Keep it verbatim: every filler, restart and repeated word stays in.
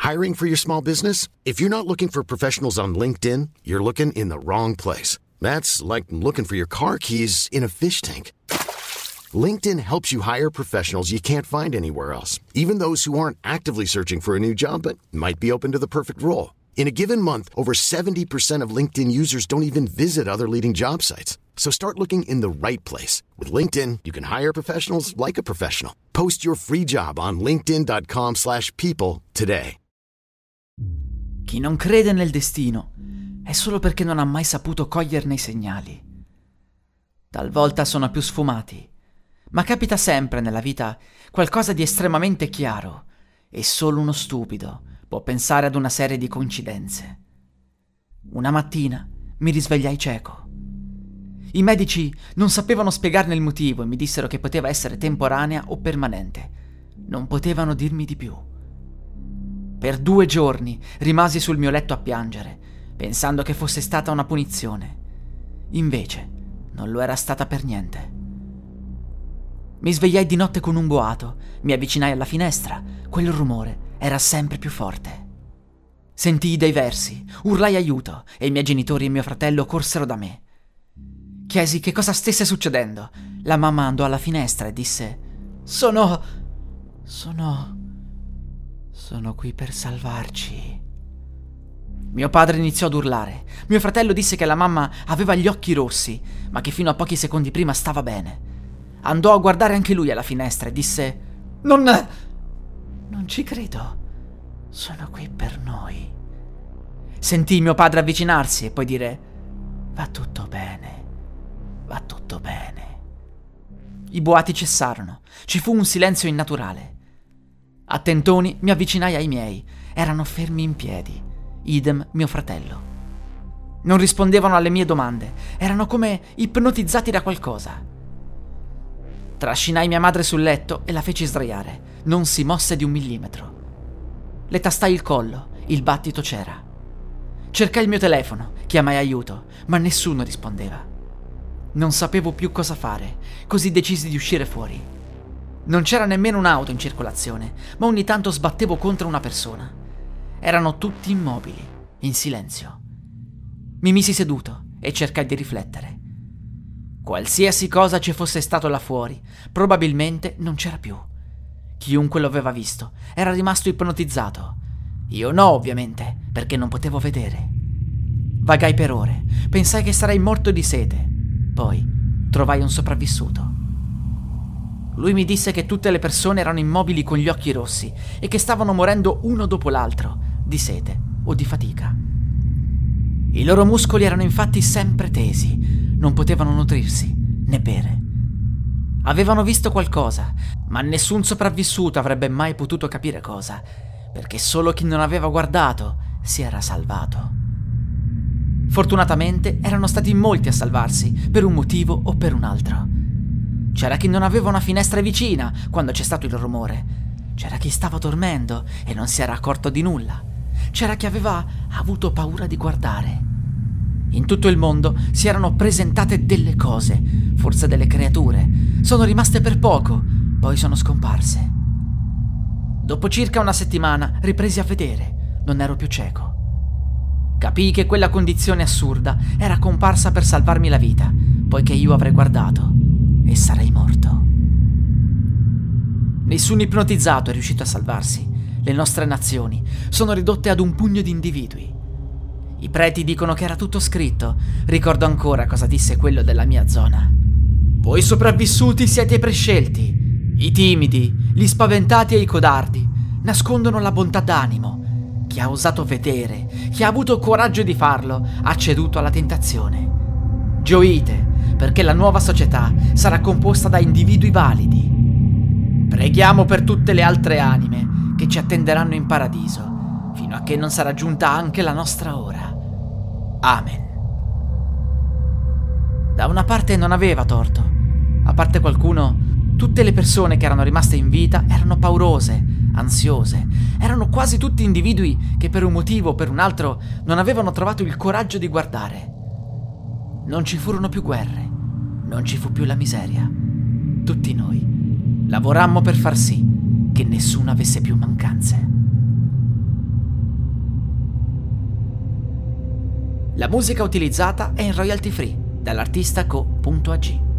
Hiring for your small business? If you're not looking for professionals on LinkedIn, you're looking in the wrong place. That's like looking for your car keys in a fish tank. LinkedIn helps you hire professionals you can't find anywhere else, even those who aren't actively searching for a new job but might be open to the perfect role. In a given month, over seventy percent of LinkedIn users don't even visit other leading job sites. So start looking in the right place. With LinkedIn, you can hire professionals like a professional. Post your free job on linkedin dot com slash people today. Chi non crede nel destino è solo perché non ha mai saputo coglierne i segnali. Talvolta sono più sfumati, ma capita sempre nella vita qualcosa di estremamente chiaro e solo uno stupido può pensare ad una serie di coincidenze. Una mattina mi risvegliai cieco. I medici non sapevano spiegarne il motivo e mi dissero che poteva essere temporanea o permanente. Non potevano dirmi di più. Per due giorni rimasi sul mio letto a piangere, pensando che fosse stata una punizione. Invece non lo era stata per niente. Mi svegliai di notte con un boato, mi avvicinai alla finestra, quel rumore era sempre più forte. Sentii dei versi, urlai aiuto e i miei genitori e mio fratello corsero da me. Chiesi che cosa stesse succedendo. La mamma andò alla finestra e disse: Sono... sono... sono qui per salvarci. Mio padre iniziò ad urlare. Mio fratello disse che la mamma aveva gli occhi rossi, ma che fino a pochi secondi prima stava bene. Andò a guardare anche lui alla finestra e disse: Non... non ci credo. Sono qui per noi. Sentii mio padre avvicinarsi e poi dire: Va tutto bene. Va tutto bene. I boati cessarono. Ci fu un silenzio innaturale. A tentoni mi avvicinai ai miei. Erano fermi in piedi. Idem mio fratello. Non rispondevano alle mie domande. Erano come ipnotizzati da qualcosa. Trascinai mia madre sul letto e la feci sdraiare. Non si mosse di un millimetro. Le tastai il collo. Il battito c'era. Cercai il mio telefono. Chiamai aiuto, ma nessuno rispondeva. Non sapevo più cosa fare, così decisi di uscire fuori. Non c'era nemmeno un'auto in circolazione, ma ogni tanto sbattevo contro una persona. Erano tutti immobili, in silenzio. Mi misi seduto e cercai di riflettere. Qualsiasi cosa ci fosse stato là fuori, probabilmente non c'era più. Chiunque lo aveva visto era rimasto ipnotizzato. Io no, ovviamente, perché non potevo vedere. Vagai per ore, pensai che sarei morto di sete. Poi trovai un sopravvissuto. Lui mi disse che tutte le persone erano immobili con gli occhi rossi e che stavano morendo uno dopo l'altro, di sete o di fatica. I loro muscoli erano infatti sempre tesi, non potevano nutrirsi né bere. Avevano visto qualcosa, ma nessun sopravvissuto avrebbe mai potuto capire cosa, perché solo chi non aveva guardato si era salvato. Fortunatamente erano stati in molti a salvarsi, per un motivo o per un altro. C'era chi non aveva una finestra vicina quando c'è stato il rumore. C'era chi stava dormendo e non si era accorto di nulla. C'era chi aveva avuto paura di guardare. In tutto il mondo si erano presentate delle cose, forse delle creature. Sono rimaste per poco, poi sono scomparse. Dopo circa una settimana ripresi a vedere. Non ero più cieco. Capii che quella condizione assurda era comparsa per salvarmi la vita, poiché io avrei guardato e sarei morto. Nessun ipnotizzato è riuscito a salvarsi. Le nostre nazioni sono ridotte ad un pugno di individui. I preti dicono che era tutto scritto. Ricordo ancora cosa disse quello della mia zona. Voi sopravvissuti siete i prescelti. I timidi, gli spaventati e i codardi nascondono la bontà d'animo. Chi ha osato vedere, chi ha avuto coraggio di farlo, ha ceduto alla tentazione. Gioite, perché la nuova società sarà composta da individui validi. Preghiamo per tutte le altre anime che ci attenderanno in paradiso, fino a che non sarà giunta anche la nostra ora. Amen. Da una parte non aveva torto. A parte qualcuno, tutte le persone che erano rimaste in vita erano paurose, ansiose. Erano quasi tutti individui che per un motivo o per un altro non avevano trovato il coraggio di guardare. Non ci furono più guerre, non ci fu più la miseria. Tutti noi lavorammo per far sì che nessuno avesse più mancanze. La musica utilizzata è in royalty free dall'artista co punto a g.